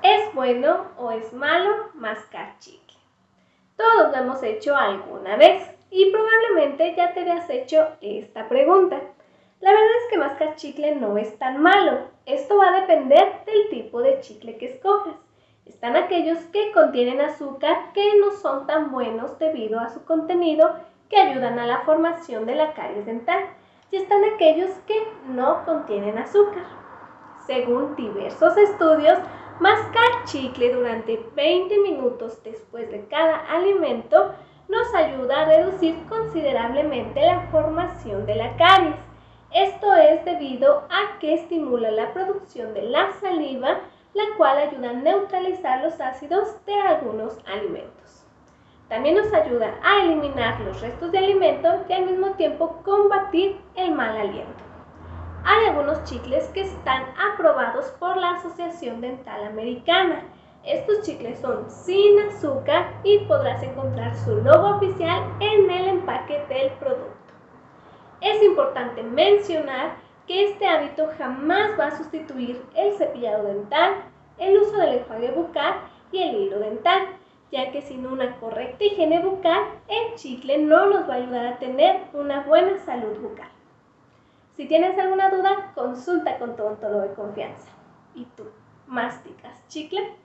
¿Es bueno o es malo mascar chicle? Todos lo hemos hecho alguna vez y probablemente ya te habías hecho esta pregunta. La verdad es que mascar chicle no es tan malo. Esto va a depender del tipo de chicle que escojas. Están aquellos que contienen azúcar que no son tan buenos debido a su contenido que ayudan a la formación de la caries dental. Y están aquellos que no contienen azúcar. Según diversos estudios, mascar chicle durante 20 minutos después de cada alimento nos ayuda a reducir considerablemente la formación de la caries. Esto es debido a que estimula la producción de la saliva, la cual ayuda a neutralizar los ácidos de algunos alimentos. También nos ayuda a eliminar los restos de alimento y al mismo tiempo combatir el mal aliento. Hay algunos chicles que están aprobados por la Asociación Dental Americana. Estos chicles son sin azúcar y podrás encontrar su logo oficial en el empaque del producto. Es importante mencionar que este hábito jamás va a sustituir el cepillado dental, el uso del enjuague bucal y el hilo dental, ya que sin una correcta higiene bucal, el chicle no nos va a ayudar a tener una buena salud bucal. Si tienes alguna duda, consulta con tu odontólogo de confianza. ¿Y tú, masticas chicle?